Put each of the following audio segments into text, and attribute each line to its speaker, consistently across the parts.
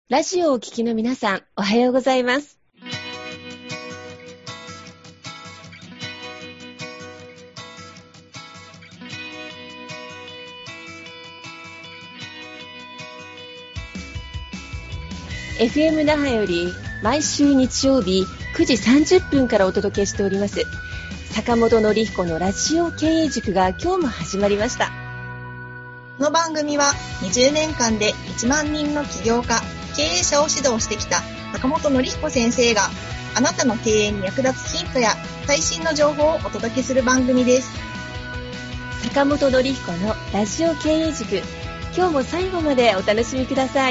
Speaker 1: ラジオをお聞きの皆さん、おはようございます。FM 那覇より毎週日曜日9時30分からお届けしております坂本典彦のラジオ経営塾が今日も始まりました。
Speaker 2: この番組は20年間で1万人の起業家、経営者を指導してきた坂本典彦先生があなたの経営に役立つヒントや最新の情報をお届けする番組です。
Speaker 1: 坂本典彦のラジオ経営塾、今日も最後までお楽しみください。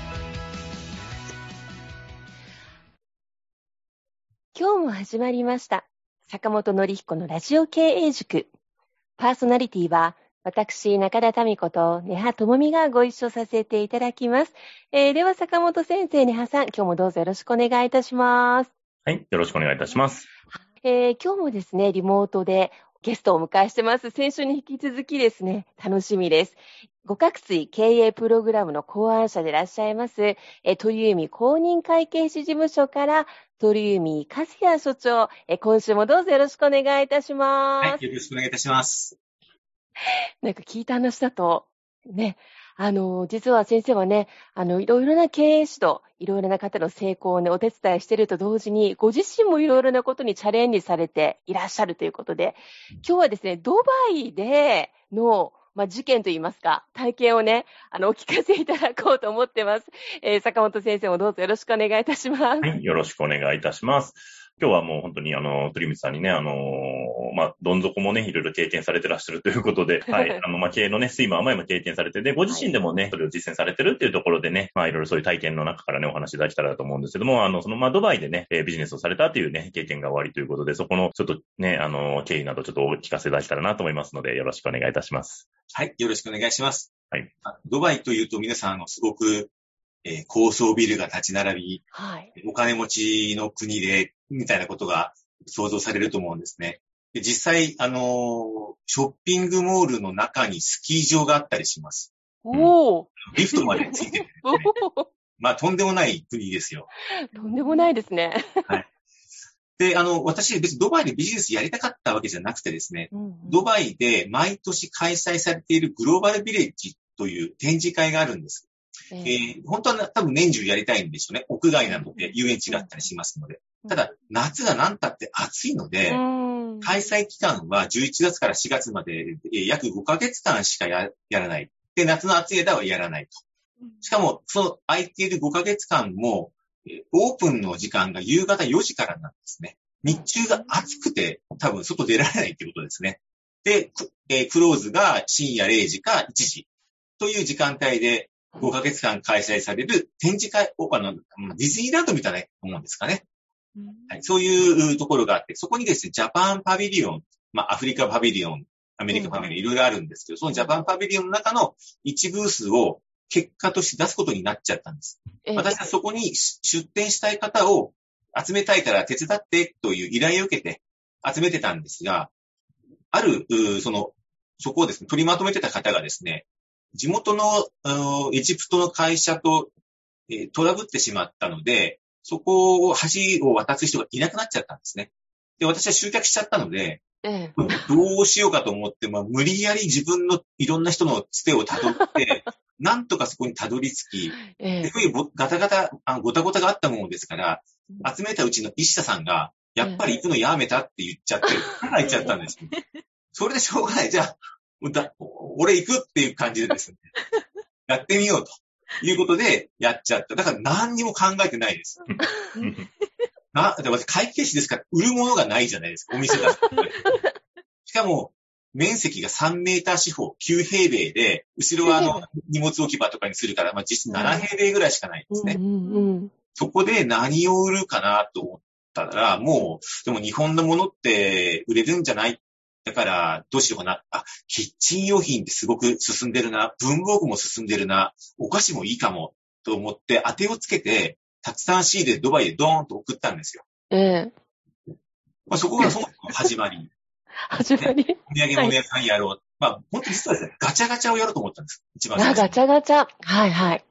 Speaker 1: 今日も始まりました坂本典彦のラジオ経営塾。パーソナリティは私中田民子と根葉智美がご一緒させていただきます。では坂本先生、根葉さん、今日もどうぞよろしくお願いいたします。
Speaker 3: はい、よろしくお願いいたします。
Speaker 1: 今日もですね、リモートでゲストをお迎えしてます。先週に引き続きですね、楽しみです。五角水経営プログラムの考案者でいらっしゃいます、鳥海公認会計士事務所から鳥海和也所長、今週もどうぞよろしくお願いいたします。
Speaker 4: はい、よろしくお願いいたします。
Speaker 1: なんか聞いた話だと、ね、実は先生はね、いろいろな経営指導、いろいろな方の成功をね、お手伝いしていると同時に、ご自身もいろいろなことにチャレンジされていらっしゃるということで、今日はですね、ドバイでの、事件といいますか、体験をね、お聞かせいただこうと思ってます。坂本先生もどうぞよろしくお願いいたします。
Speaker 3: はい、よろしくお願いいたします。今日はもう本当に鳥海さんにね、どん底もね、いろいろ経験されてらっしゃるということで、はい、経営のね、酸いも甘いも経験されて、で、ご自身でもね、それを実践されてるっていうところでね、いろいろそういう体験の中からね、お話いただけたらと思うんですけども、ドバイでね、ビジネスをされたっていうね、経験が終わりということで、そこのちょっとね、経緯などちょっとお聞かせいただけたらなと思いますので、よろしくお願いいたします。
Speaker 4: はい、よろしくお願いします。
Speaker 3: はい。
Speaker 4: ドバイというと皆さん、すごく、高層ビルが立ち並び、
Speaker 1: はい、
Speaker 4: お金持ちの国で、みたいなことが想像されると思うんですね。で、実際、ショッピングモールの中にスキー場があったりします。
Speaker 1: おー。
Speaker 4: リフトまでついてる、ね。とんでもない国ですよ。
Speaker 1: とんでもないですね。
Speaker 4: はい。で、私、別にドバイでビジネスやりたかったわけじゃなくてですね、ドバイで毎年開催されているグローバルビレッジという展示会があるんです。本当は多分年中やりたいんでしょうね。屋外なので遊園地があったりしますので。ただ、夏が何たって暑いので、開催期間は11月から4月まで、約5ヶ月間しかやらない。で、夏の暑い間はやらないと。しかも、その空いている5ヶ月間も、オープンの時間が夕方4時からなんですね。日中が暑くて、多分外出られないってことですね。で、クローズが深夜0時か1時という時間帯で5ヶ月間開催される展示会を、ディズニーランドみたいなもんですかね。はい、そういうところがあって、そこにですね、ジャパンパビリオン、アフリカパビリオン、アメリカパビリオン、いろいろあるんですけど、そのジャパンパビリオンの中の一ブースを結果として出すことになっちゃったんです。私はそこに出展したい方を集めたいから手伝ってという依頼を受けて集めてたんですが、ある、そこをですね、取りまとめてた方がですね、地元のエジプトの会社とトラブってしまったので、そこを橋を渡す人がいなくなっちゃったんですね。で、私は集客しちゃったので、どうしようかと思って、無理やり自分のいろんな人のつてをたどって、なんとかそこにたどり着き、そういうごたごたがあったものですから、集めたうちの石田さんが、やっぱり行くのやめたって言っちゃって、言っちゃったんですよ。それでしょうがない。じゃあ、俺行くっていう感じでですね、やってみようということでやっちゃった。だから何にも考えてないです。私会計士ですから売るものがないじゃないですか、お店だ。しかも、面積が3メーター四方、9平米で、後ろは荷物置き場とかにするから、実質7平米ぐらいしかないんですね。そこで何を売るかなと思ったら、でも日本のものって売れるんじゃない？だから、どうしようかな。キッチン用品ってすごく進んでるな。文房具も進んでるな。お菓子もいいかも。と思って、当てをつけて、たくさん仕入れてドバイへドーンと送ったんですよ。そこがそもそも始まり。お土産物屋さんやろう。本当に実はですね、ガチャガチャをやろうと思ったんです。一番最初。
Speaker 1: ガチャガチャ。はいはい。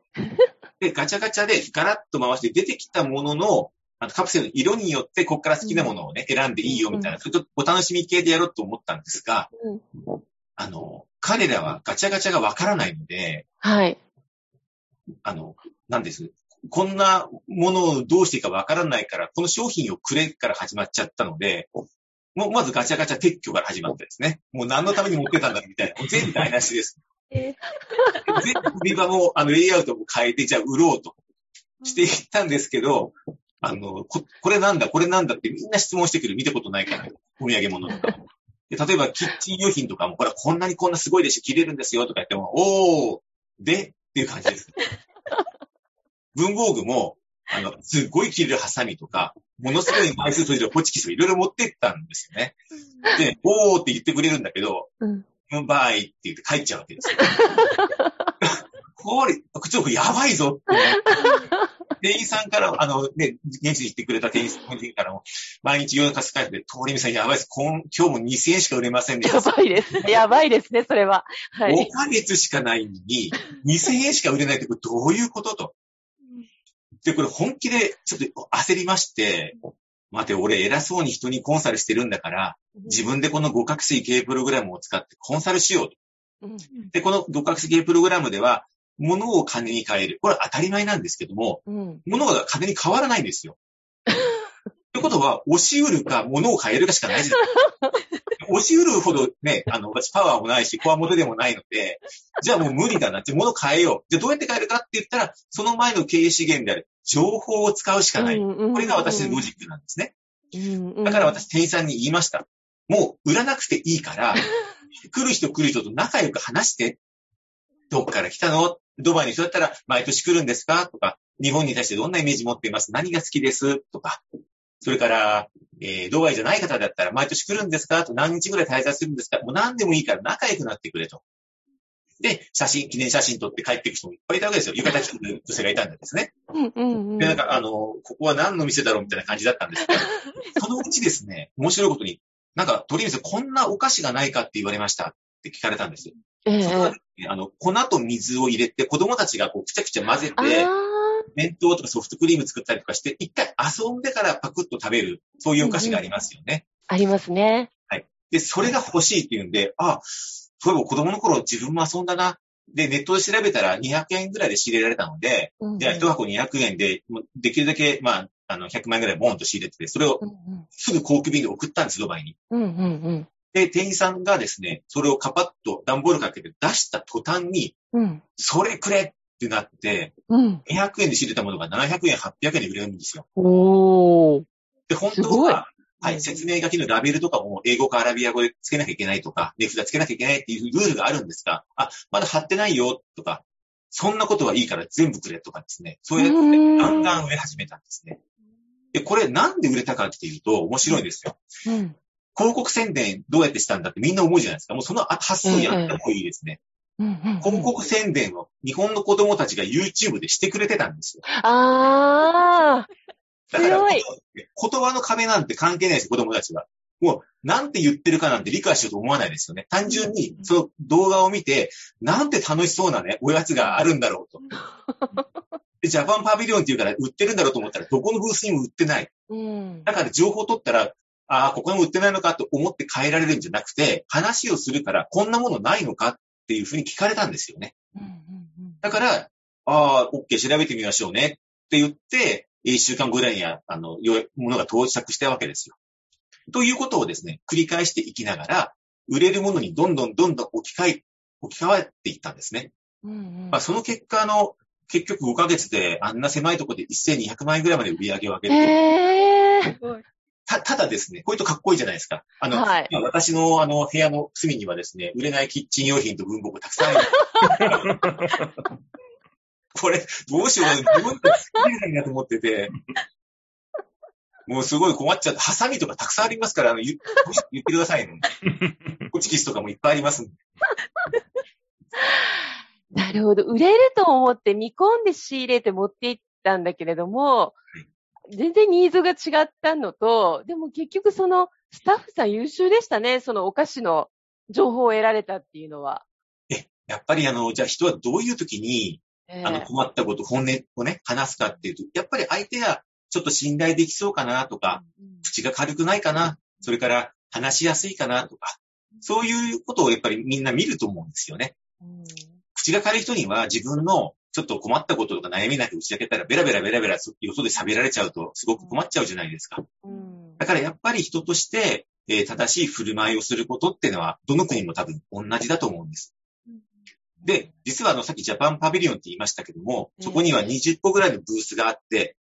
Speaker 4: で、ガチャガチャでガラッと回して出てきたものの、カプセルの色によって、こっから好きなものをね、選んでいいよみたいな、それとお楽しみ系でやろうと思ったんですが、彼らはガチャガチャがわからないので、
Speaker 1: はい。
Speaker 4: なんです。こんなものをどうしていいかわからないから、この商品をくれから始まっちゃったので、もうまずガチャガチャ撤去から始まったですね。もう何のために持ってたんだみたいな。全部台無しです。全部売り場もレイアウトも変えて、じゃあ売ろうとしていったんですけど、これなんだってみんな質問してくる。見たことないから、お土産物とか。で、例えばキッチン用品とかも、これこんなすごいでしょ、切れるんですよとか言っても、っていう感じです。文房具も、すっごい切れるハサミとか、ものすごい枚数閉じるホチキスをいろいろ持ってったんですよね。で、って言ってくれるんだけど、バイって言って帰っちゃうわけですよ。これやばいぞって、ね。店員さんから、現地に行ってくれた店員さんからも、毎日夜中スカイプで、通りみさんやばいです。今日も2000円しか売れませんね。
Speaker 1: やばいです。やばいですね、それは。はい。
Speaker 4: 5ヶ月しかないのに、2000円しか売れないってこれどういうことと。で、これ本気でちょっと焦りまして、待て、俺偉そうに人にコンサルしてるんだから、自分でこの互角水系プログラムを使ってコンサルしようと。で、この互角水系プログラムでは、物を金に変える。これは当たり前なんですけども、物が金に変わらないんですよ。ということは、押し売るか物を変えるかしかないじゃないですか。押し売るほどね、私パワーもないし、コアモテでもないので、じゃあもう無理だなって、物を変えよう。じゃあどうやって変えるかって言ったら、その前の経営資源である情報を使うしかない。これが私のロジックなんですね。だから私店員さんに言いました。もう売らなくていいから、来る人と仲良く話して。どっから来たの？ドバイの人だったら毎年来るんですかとか、日本に対してどんなイメージ持っています？何が好きです？とか、それから、ドバイじゃない方だったら毎年来るんですかと何日ぐらい滞在するんですか？もう何でもいいから仲良くなってくれと。で、記念写真撮って帰っていく人もいっぱいいたわけですよ。浴衣着てる女性がいたんですね。で、なんか、ここは何の店だろうみたいな感じだったんですけど、そのうちですね、面白いことに、なんか、とりあえずこんなお菓子がないかって言われましたって聞かれたんですよ。それはですね、粉と水を入れて子供たちがこうくちゃくちゃ混ぜて、弁当とかソフトクリーム作ったりとかして、一回遊んでからパクッと食べる、そういうお菓子がありますよね。
Speaker 1: ありますね。
Speaker 4: はい。で、それが欲しいっていうんで、そういえば子供の頃自分も遊んだな。で、ネットで調べたら200円ぐらいで仕入れられたので、じゃあ1箱200円で、できるだけ、100万円ぐらいボンと仕入れてて、それをすぐ航空便で送ったんです、ドバイに。で、店員さんがですね、それをカパッと段ボールかけて出した途端に、それくれってなって、200円で仕入れたものが700円、800円で売れるんですよ。で、本当は、はい、説明書きのラベルとかも英語かアラビア語でつけなきゃいけないとか、値札つけなきゃいけないっていうルールがあるんですが、まだ貼ってないよとか、そんなことはいいから全部くれとかですね、そうやってガンガン売れ始めたんですね。で、これなんで売れたかっていうと面白いですよ。広告宣伝どうやってしたんだってみんな思うじゃないですか。もうその発想やった方がいいですね。広告宣伝を日本の子供たちが YouTube でしてくれてたんですよ。だから、言葉の壁なんて関係ないですよ、子供たちは。もう、なんて言ってるかなんて理解しようと思わないですよね。単純に、その動画を見て、なんて楽しそうなね、おやつがあるんだろうと。で、ジャパンパビリオンっていうから売ってるんだろうと思ったら、どこのブースにも売ってない。だから情報を取ったら、ここにも売ってないのかと思って変えられるんじゃなくて、話をするから、こんなものないのかっていうふうに聞かれたんですよね。だから、OK、調べてみましょうねって言って、1週間ぐらいにものが到着したわけですよ。ということをですね、繰り返していきながら、売れるものにどんどん置き換わっていったんですね。その結果、結局5ヶ月であんな狭いところで1200万円ぐらいまで売り上げを上げる。ただですね、こういうとかっこいいじゃないですか。私の部屋の隅にはですね、売れないキッチン用品と文房具たくさんある。これ、どうしよう、自分で作れないなと思ってて、もうすごい困っちゃって、ハサミとかたくさんありますから、言ってくださいね。ホチキスとかもいっぱいありますんで。
Speaker 1: なるほど。売れると思って見込んで仕入れて持っていったんだけれども、全然ニーズが違ったのと、でも結局そのスタッフさん優秀でしたね。そのお菓子の情報を得られたっていうのは。
Speaker 4: やっぱりじゃあ人はどういう時に困ったこと、本音をね、話すかっていうと、やっぱり相手がちょっと信頼できそうかなとか、口が軽くないかな、それから話しやすいかなとか、そういうことをやっぱりみんな見ると思うんですよね。口が軽い人には自分のちょっと困ったこととか悩みなく打ち明けたらベラベラよそで喋られちゃうとすごく困っちゃうじゃないですか。だからやっぱり人として、正しい振る舞いをすることっていうのはどの国も多分同じだと思うんです。で、実はさっきジャパンパビリオンって言いましたけども、そこには20個ぐらいのブースがあって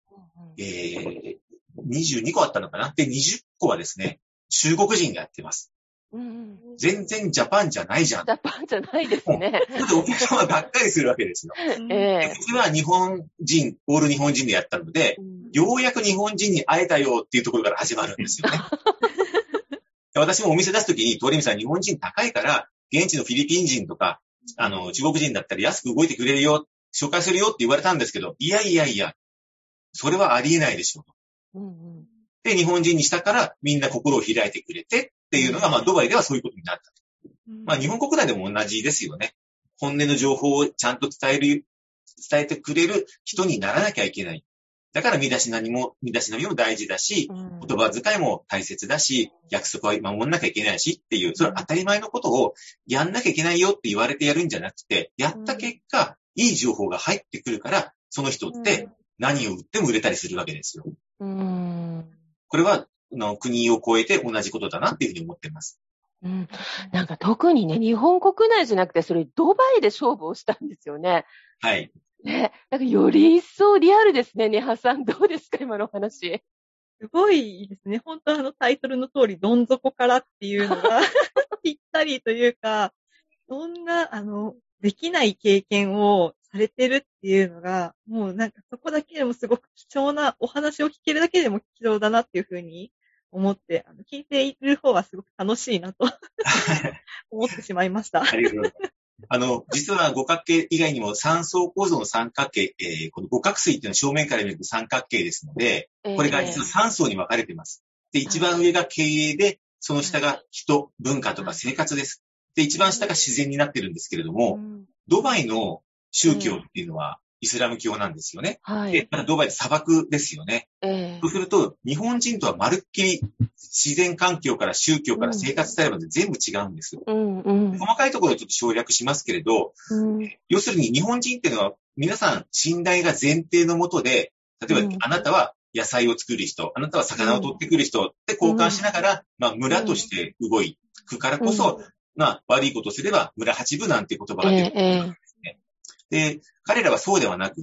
Speaker 4: 、22個あったのかな。で、20個はですね、中国人がやってます。全然ジャパンじゃないじゃん。
Speaker 1: ジャパンじゃないですね。
Speaker 4: お客様がっかりするわけですよ。次は日本人、オール日本人でやったので、ようやく日本人に会えたよっていうところから始まるんですよね。私もお店出すときに、通りさん日本人高いから、現地のフィリピン人とか、中国人だったら安く動いてくれるよ、紹介するよって言われたんですけど、いや、それはありえないでしょうと。で、日本人にしたからみんな心を開いてくれてっていうのが、ドバイではそういうことになったと。日本国内でも同じですよね。本音の情報をちゃんと伝えてくれる人にならなきゃいけない。だから身だしなみも大事だし、言葉遣いも大切だし、約束は守んなきゃいけないしっていう、それは当たり前のことをやんなきゃいけないよって言われてやるんじゃなくて、やった結果、いい情報が入ってくるから、その人って何を売っても売れたりするわけですよ。これは国を超えて同じことだなっていうふうに思っています。
Speaker 1: なんか特にね、日本国内じゃなくて、それドバイで勝負をしたんですよね。
Speaker 4: はい。
Speaker 1: ね、なんかより一層リアルですね、ネハさん。どうですか、今のお話。
Speaker 5: すごいですね。本当タイトルの通り、どん底からっていうのがぴったりというか、そんな、できない経験をされてるっていうのが、もうなんかそこだけでもすごく貴重なお話を聞けるだけでも貴重だなっていうふうに思って、聞いている方はすごく楽しいなと思ってしまいました。
Speaker 4: ありがとうございます。実は五角形以外にも三層構造の三角形、この五角錐っていうのは正面から見ると三角形ですので、これが実は3層に分かれています。で、一番上が経営で、その下が人、文化とか生活です。で、一番下が自然になってるんですけれども、ドバイの宗教っていうのはイスラム教なんですよね。で、ドバイって砂漠ですよね。そうすると、日本人とはまるっきり自然環境から宗教から生活スタイルまで全部違うんですよ。細かいところでちょっと省略しますけれど、要するに日本人っていうのは皆さん信頼が前提のもとで、例えばあなたは野菜を作る人、あなたは魚を取ってくる人って交換しながら、村として動くからこそ、悪いことすれば村八分なんていう言葉が出てくるんですね。で、彼らはそうではなくって、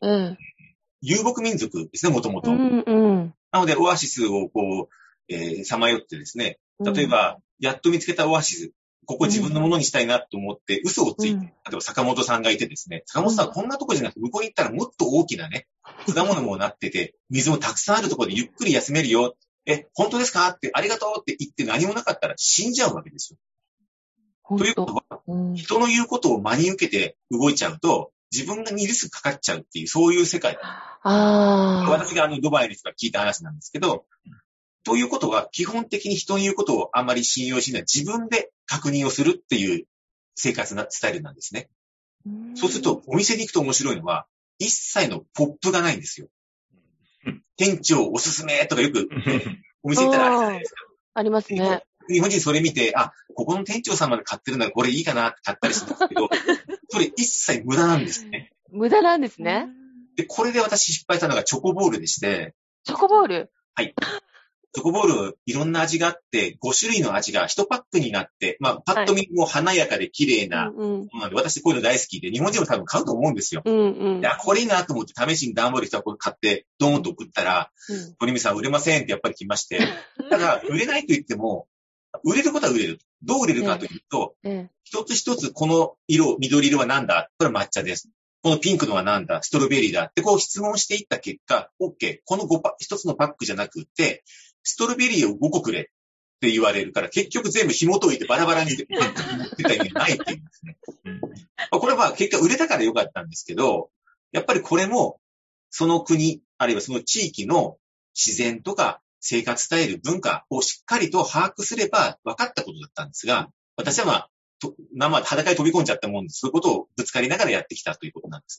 Speaker 4: 遊牧民族ですね、もともと。なので、オアシスをさまよってですね、例えば、やっと見つけたオアシス、ここ自分のものにしたいなと思って嘘をついて、例えば坂本さんがいてですね、坂本さんはこんなとこじゃなくて、向こうに行ったらもっと大きなね、果物もなってて、水もたくさんあるところでゆっくり休めるよ。本当ですかって、ありがとうって言って何もなかったら死んじゃうわけですよ。ということは、人の言うことを真に受けて動いちゃうと、自分にリスクかかっちゃうっていう、そういう世界。私がドバイの人が聞いた話なんですけど、ということは、基本的に人の言うことをあんまり信用しない。自分で確認をするっていう生活スタイルなんですね。そうすると、お店に行くと面白いのは、一切のポップがないんですよ。店長おすすめとかよく、お店行ったらあるじゃないですか。
Speaker 1: ありますね。
Speaker 4: 日本人それ見て、ここの店長さんまで買ってるならこれいいかなって買ったりするんですけど、それ一切無駄なんですね。
Speaker 1: 無駄なんですね。
Speaker 4: で、これで私失敗したのがチョコボールでして。
Speaker 1: チョコボール？
Speaker 4: はい。チョコボール、いろんな味があって、5種類の味が1パックになって、パッと見も華やかで綺麗な、私こういうの大好きで、日本人も多分買うと思うんですよ。これいいなと思って試しに段ボール1箱買って、ドーンと送ったら、鳥海さん売れませんってやっぱり来まして。ただ、売れないと言っても、売れることは売れる。どう売れるかというと、一つ一つこの色、緑色は何だ？これは抹茶です。このピンクのは何だ？ストロベリーだ。って質問していった結果、OK。この一つのパックじゃなくって、ストロベリーを5個くれって言われるから、結局全部紐解いてバラバラにしてた意味ないっていうんですね。これは結果売れたから良かったんですけど、やっぱりこれも、その国、あるいはその地域の自然とか生活スタイル、文化をしっかりと把握すれば分かったことだったんですが、私は裸に飛び込んじゃったもんで、そういうことをぶつかりながらやってきたということなんですね。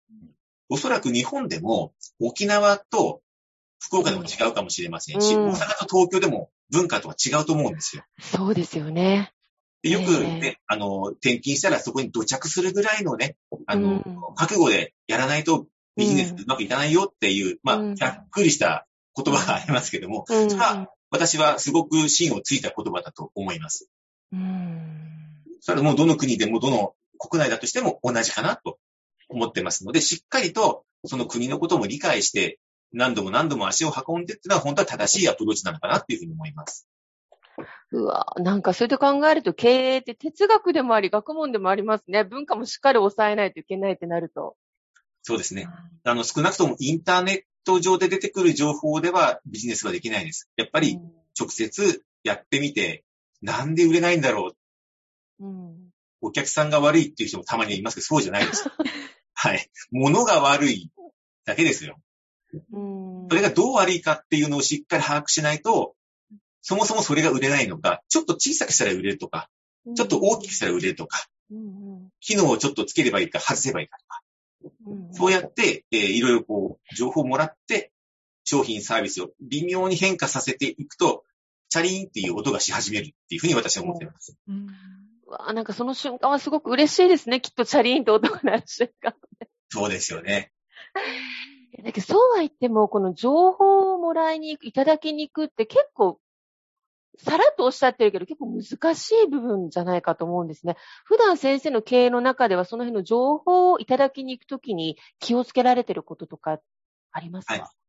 Speaker 4: おそらく日本でも沖縄と福岡でも違うかもしれませんし、大阪と東京でも文化とは違うと思うんですよ。
Speaker 1: そうですよね。
Speaker 4: でよくね、転勤したらそこに土着するぐらいのね、覚悟でやらないとビジネスうまくいかないよっていう、ざっくりした言葉がありますけども、それは私はすごく芯をついた言葉だと思います。それはもうどの国でもどの国内だとしても同じかなと思ってますので、しっかりとその国のことも理解して、何度も何度も足を運んでっていうのは本当は正しいアプローチなのかなっていうふうに思います。
Speaker 1: うわ、なんかそれと考えると経営って哲学でもあり学問でもありますね。文化もしっかり抑えないといけないってなると。
Speaker 4: そうですね。少なくともインターネット上で出てくる情報ではビジネスはできないです。やっぱり直接やってみて、なんで売れないんだろう。お客さんが悪いっていう人もたまにいますけど、そうじゃないです。はい。物が悪いだけですよ。それがどう悪いかっていうのをしっかり把握しないと、そもそもそれが売れないのか、ちょっと小さくしたら売れるとか、ちょっと大きくしたら売れるとか、機能をちょっとつければいいか、外せばいいかとか、そうやって、いろいろこう、情報をもらって、商品サービスを微妙に変化させていくと、チャリーンっていう音がし始めるっていうふうに私は思っています。
Speaker 1: なんかその瞬間はすごく嬉しいですね。きっとチャリーンと音が鳴る瞬間。
Speaker 4: そうですよね。
Speaker 1: だけどそうは言っても、この情報をもらいに行く、いただきに行くって結構、さらっとおっしゃってるけど、結構難しい部分じゃないかと思うんですね。普段先生の経営の中では、その辺の情報をいただきに行くときに気をつけられてることとかありますか？
Speaker 4: はい。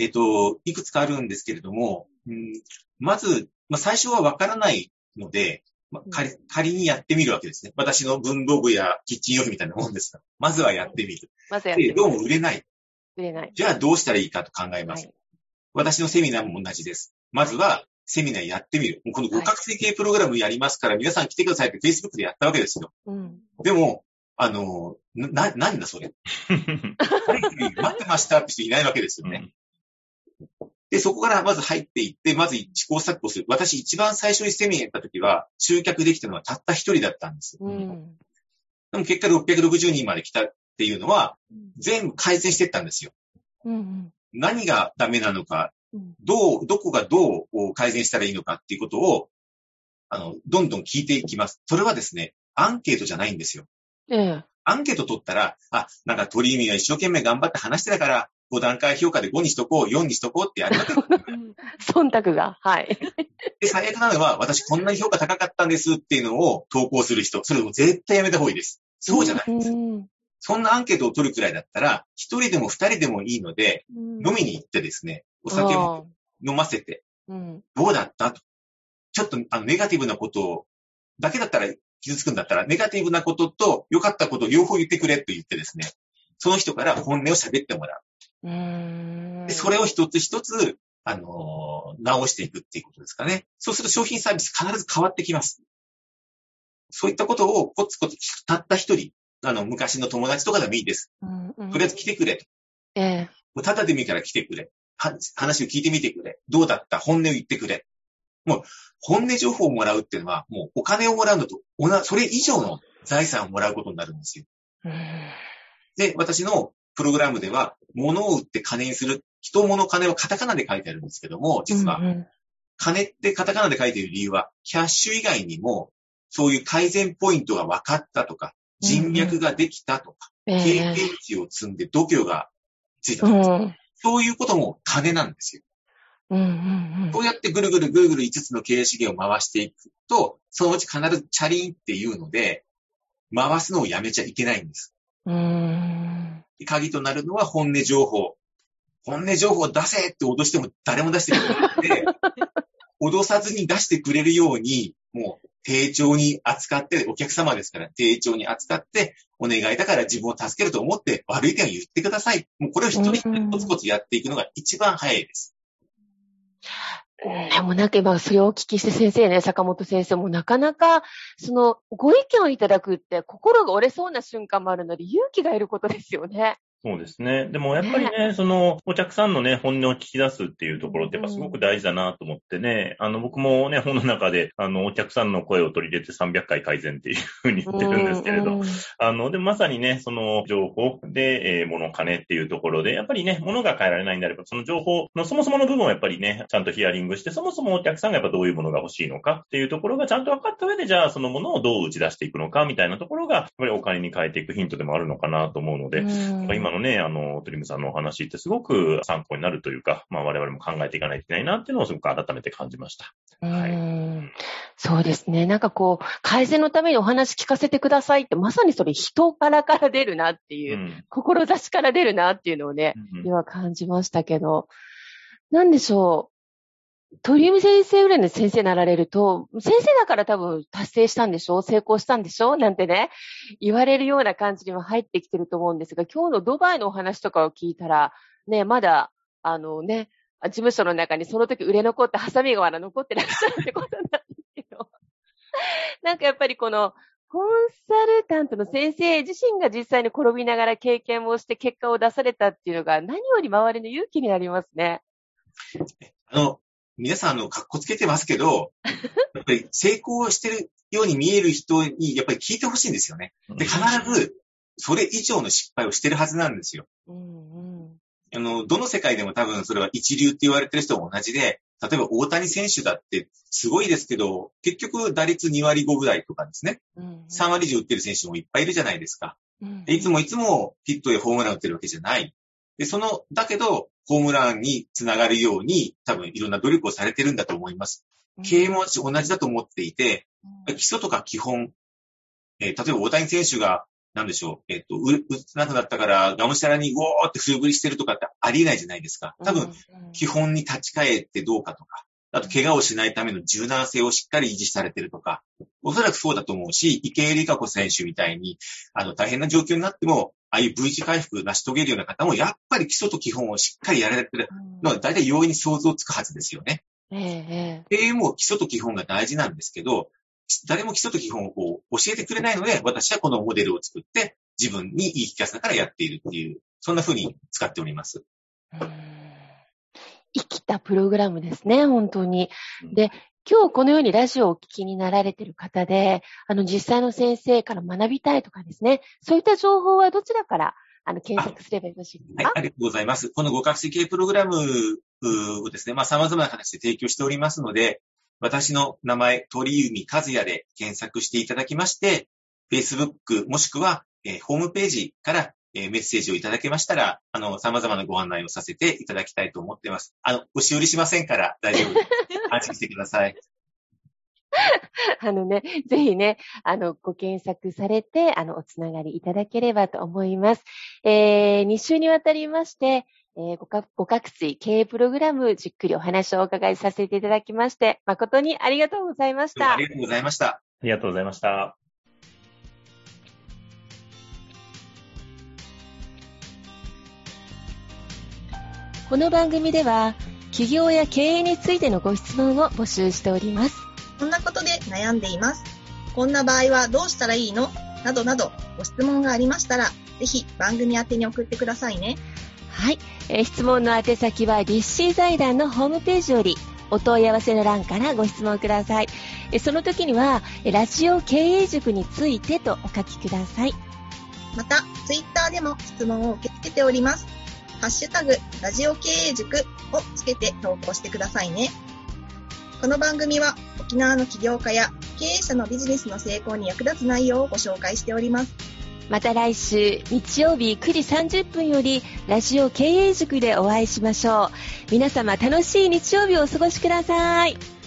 Speaker 4: いくつかあるんですけれども、まず、最初はわからないので、仮にやってみるわけですね。私の文房具やキッチン用品みたいなもんですが、まずはやってみる。で、どうも売れない。じゃあどうしたらいいかと考えます。私のセミナーも同じです。まずは、セミナーやってみる。この互角成形プログラムやりますから、皆さん来てくださいって Facebook でやったわけですよ。でも、なんだそれ。待ってましたって人いないわけですよね。で、そこからまず入っていって、まず試行錯誤する。私一番最初にセミナーやった時は、集客できたのはたった一人だったんです。でも結果660人まで来たっていうのは、全部改善していったんですよ。何がダメなのか、どこがどう改善したらいいのかっていうことを、どんどん聞いていきます。それはですね、アンケートじゃないんですよ。アンケート取ったら、なんか鳥海が一生懸命頑張って話してたから、5段階評価で5にしとこう、4にしとこうってやるわけです。
Speaker 1: 忖度が。はい。
Speaker 4: で、最悪なのは、私こんなに評価高かったんですっていうのを投稿する人、それを絶対やめた方がいいです。そうじゃないんです。そんなアンケートを取るくらいだったら、1人でも2人でもいいので、飲みに行ってですね、お酒を飲ませて、どうだったと。ちょっとネガティブなことだけだったら傷つくんだったら、ネガティブなことと良かったことを両方言ってくれと言ってですね、その人から本音を喋ってもらう。でそれを一つ一つ、直していくっていうことですかね。そうすると商品サービス必ず変わってきます。そういったことをコツコツたった一人、昔の友達とかでもいいです。とりあえず来てくれと。ただでもいいから来てくれ。話を聞いてみてくれ。どうだった？本音を言ってくれ。もう、本音情報をもらうっていうのは、もうお金をもらうのと、それ以上の財産をもらうことになるんですよ。で、私のプログラムでは、物を売って金にする、人物金はカタカナで書いてあるんですけども、実は、金ってカタカナで書いている理由は、キャッシュ以外にも、そういう改善ポイントが分かったとか、人脈ができたとか、経験値を積んで度胸がついたとか、そういうことも金なんですよ。そうやってぐるぐる5つの経営資源を回していくと、そのうち必ずチャリンっていうので、回すのをやめちゃいけないんです。鍵となるのは本音情報。本音情報を出せって脅しても誰も出してくれないので、脅さずに出してくれるように、もう丁重に扱って、お客様ですから丁重に扱って、お願いだから自分を助けると思って悪い点を言ってください。もうこれを一人一人コツコツやっていくのが一番早いです。
Speaker 1: でもなんか今それをお聞きして先生ね、坂本先生もなかなかそのご意見をいただくって心が折れそうな瞬間もあるので勇気がいることですよね。
Speaker 3: そうですね。でもやっぱりね、その、お客さんのね、本音を聞き出すっていうところってやっぱすごく大事だなと思ってね、僕もね、本の中で、お客さんの声を取り入れて300回改善っていうふうに言ってるんですけれど、でもまさにね、その情報で、物金っていうところで、やっぱりね、物が変えられないんであれば、その情報のそもそもの部分をやっぱりね、ちゃんとヒアリングして、そもそもお客さんがやっぱどういうものが欲しいのかっていうところがちゃんと分かった上で、じゃあそのものをどう打ち出していくのかみたいなところが、やっぱりお金に変えていくヒントでもあるのかなと思うので、今のね、トリムさんのお話ってすごく参考になるというか、我々も考えていかないといけないなっていうのをすごく改めて感じました。はい。
Speaker 1: そうですね。なんかこう、改善のためにお話聞かせてくださいって、まさにそれ人から出るなっていう、志から出るなっていうのをね、今感じましたけど、なんでしょう。鳥海先生ぐらいの先生になられると、先生だから多分達成したんでしょ、成功したんでしょなんてね、言われるような感じにも入ってきてると思うんですが、今日のドバイのお話とかを聞いたら、ね、まだ、事務所の中にその時売れ残ってハサミがまだ残ってらっしゃるってことなんですけど、なんかやっぱりこの、コンサルタントの先生自身が実際に転びながら経験をして結果を出されたっていうのが何より周りの勇気になりますね。
Speaker 4: 皆さん、かっこつけてますけど、やっぱり成功してるように見える人に、やっぱり聞いてほしいんですよね。で、必ず、それ以上の失敗をしてるはずなんですよ。どの世界でも多分それは一流って言われてる人も同じで、例えば大谷選手だってすごいですけど、結局打率2割5分台とかですね。3割以上打ってる選手もいっぱいいるじゃないですか。いつもヒットやホームラン打ってるわけじゃない。で、だけど、ホームランにつながるように、多分いろんな努力をされてるんだと思います。経営も同じだと思っていて、基礎とか基本、例えば大谷選手が、なんでしょう、打つなくなったから、がむしゃらにウォーって振り振りしてるとかってありえないじゃないですか。多分、基本に立ち返ってどうかとか、あと怪我をしないための柔軟性をしっかり維持されてるとか、おそらくそうだと思うし、池江璃花子選手みたいに、大変な状況になっても、ああいう V 字回復成し遂げるような方も、やっぱり基礎と基本をしっかりやられてるのは、大体容易に想像つくはずですよね。経営も基礎と基本が大事なんですけど、誰も基礎と基本を教えてくれないので、私はこのモデルを作って、自分に言い聞かせながらやっているっていう、そんな風に使っております。
Speaker 1: 生きたプログラムですね、本当に。で、今日このようにラジオをお聞きになられている方で、実際の先生から学びたいとかですね、そういった情報はどちらから検索すればよろしいですか？
Speaker 4: はい、ありがとうございます。この互角性経営プログラムをですね、様々な形で提供しておりますので、私の名前、鳥海和也で検索していただきまして、Facebook もしくは、ホームページからメッセージをいただけましたら、様々なご案内をさせていただきたいと思っています。押し売りしませんから大丈夫です。安心してください。
Speaker 1: ぜひね、ご検索されて、おつながりいただければと思います。2週にわたりまして、互角水経営プログラム、じっくりお話をお伺いさせていただきまして、誠にありがとうございました。
Speaker 4: ありがとうございました。
Speaker 3: ありがとうございました。
Speaker 1: この番組では、起業や経営についてのご質問を募集しております。
Speaker 2: こんなことで悩んでいます。こんな場合はどうしたらいいの？などなど、ご質問がありましたら、ぜひ番組宛てに送ってくださいね。
Speaker 1: はい。質問の宛先は、立志財団のホームページより、お問い合わせの欄からご質問ください。その時には、ラジオ経営塾についてとお書きください。
Speaker 2: また、ツイッターでも質問を受け付けております。ハッシュタグ、ラジオ経営塾をつけて投稿してくださいね。この番組は、沖縄の起業家や経営者のビジネスの成功に役立つ内容をご紹介しております。
Speaker 1: また来週、日曜日9時30分より、ラジオ経営塾でお会いしましょう。皆様楽しい日曜日をお過ごしください。